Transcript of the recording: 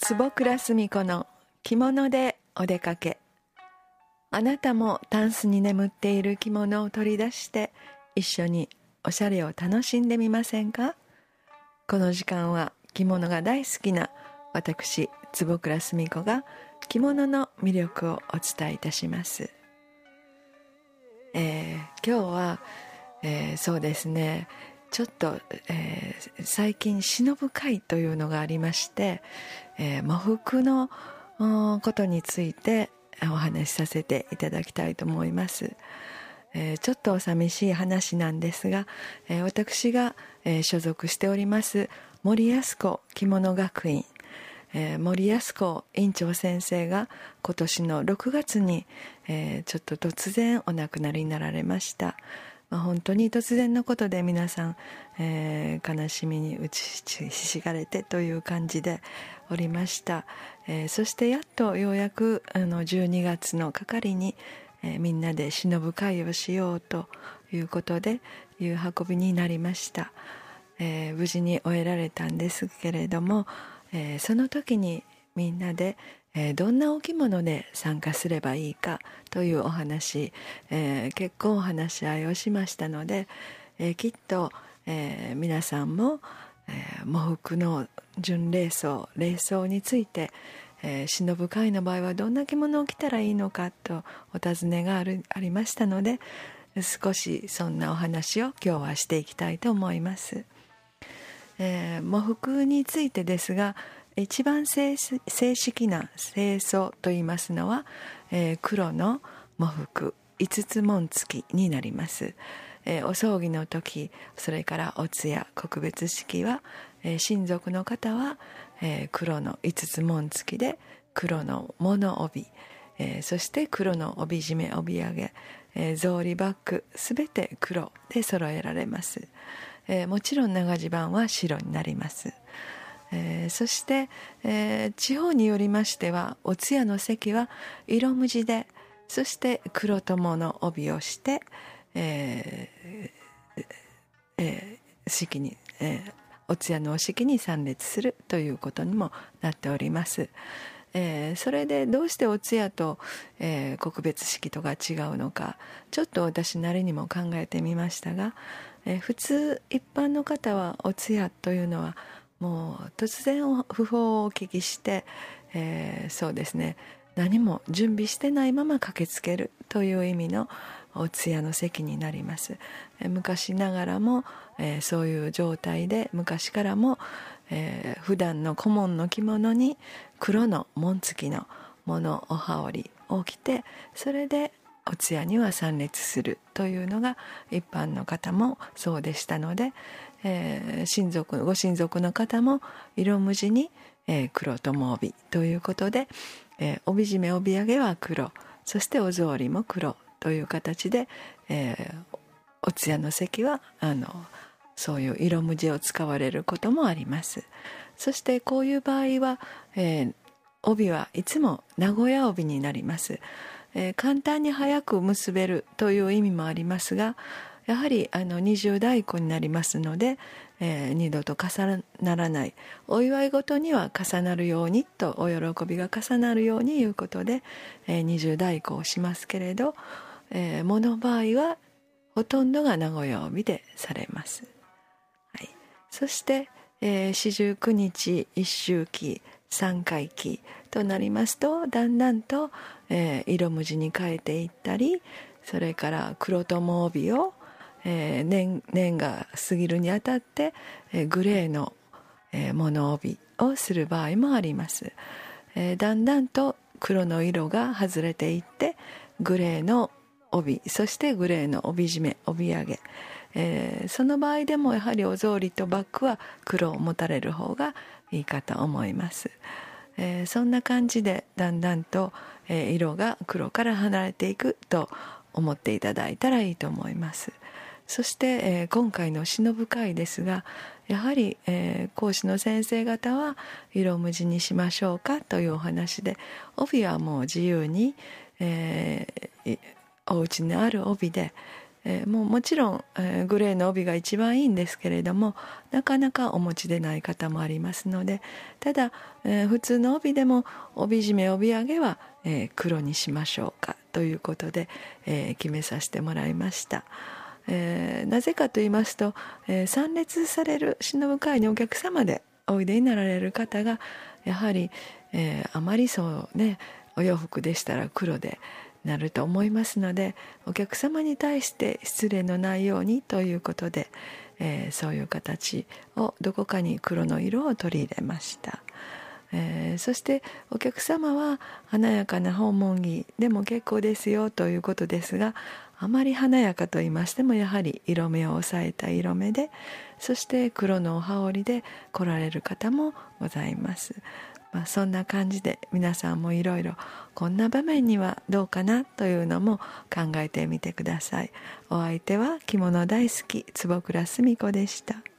坪倉澄子の着物でお出かけ。あなたもタンスに眠っている着物を取り出して一緒におしゃれを楽しんでみませんか？この時間は着物が大好きな私坪倉澄子が着物の魅力をお伝えいたします。今日は、そうですね、ちょっと、最近忍ぶ会というのがありまして、喪服のことについてお話しさせていただきたいと思います。ちょっとお寂しい話なんですが、私が、所属しております森安子着物学院、森安子院長先生が今年の6月に、ちょっと突然お亡くなりになられました。本当に突然のことで皆さん、悲しみに打ちひしがれてという感じでおりました。そしてやっとようやく12月の係に、みんなで忍ぶ会をしようということでいう運びになりました。無事に終えられたんですけれども、その時にみんなで、どんなお着物で参加すればいいかというお話、結構お話し合いをしましたので、きっと、皆さんも、喪服の準礼装礼装について、忍ぶ会の場合はどんな着物を着たらいいのかとお尋ねがありましたので、少しそんなお話を今日はしていきたいと思います。喪服についてですが、一番正式な正装といいますのは、黒の喪服五つ紋付きになります。お葬儀の時、それからお通夜告別式は、親族の方は、黒の五つ紋付きで黒の物帯、そして黒の帯締め帯揚げ、草履バッグすべて黒で揃えられます。もちろん長襦袢は白になります。そして、地方によりましてはお通夜の席は色無地で、そして黒友の帯をして、式に、お通夜のお式に参列するということにもなっております。それでどうしてお通夜と、告別式とか違うのか、ちょっと私なりにも考えてみましたが、普通一般の方はお通夜というのはもう突然訃報をお聞きして、そうですね、何も準備してないまま駆けつけるという意味のお通夜の席になります。昔ながらも、そういう状態で昔からも、普段の顧問の着物に黒の紋付きの物お羽織を着て、それでお通夜には参列するというのが一般の方もそうでしたので、ご親族の方も色無地に、黒友帯ということで、帯締め帯揚げは黒、そしてお草履も黒という形で、お通夜の席はそういう色無地を使われることもあります。そしてこういう場合は、帯はいつも名古屋帯になります。簡単に早く結べるという意味もありますが、やはり二重太鼓になりますので、二度と重ならない、お祝いごとには重なるようにと、お喜びが重なるようにいうことで、二重太鼓をしますけれど、喪の場合はほとんどが名古屋帯でされます。はい、そして、四十九日一周忌三回忌となりますと、だんだんと、色無地に変えていったり、それから黒友帯を、年が過ぎるにあたって、グレーの、物帯をする場合もあります。だんだんと黒の色が外れていってグレーの帯、そしてグレーの帯締め帯揚げ、その場合でもやはりお草履とバッグは黒を持たれる方がいいかと思います。そんな感じでだんだんと、色が黒から離れていくと思っていただいたらいいと思います。そして、今回の忍ぶ会ですが、やはり、講師の先生方は色無地にしましょうかというお話で、帯はもう自由に、お家にある帯で、 もちろん、グレーの帯が一番いいんですけれども、なかなかお持ちでない方もありますので、ただ、普通の帯でも帯締め帯揚げは、黒にしましょうかということで、決めさせてもらいました。なぜかと言いますと、参列される忍ぶ会にお客様でおいでになられる方がやはり、あまりそうね、お洋服でしたら黒でなると思いますので、お客様に対して失礼のないようにということで、そういう形をどこかに黒の色を取り入れました。そしてお客様は華やかな訪問着でも結構ですよということですが、あまり華やかと言いましてもやはり色目を抑えた色目で、そして黒のお羽織で来られる方もございます。そんな感じで皆さんもいろいろこんな場面にはどうかなというのも考えてみてください。お相手は着物大好き坪倉澄子でした。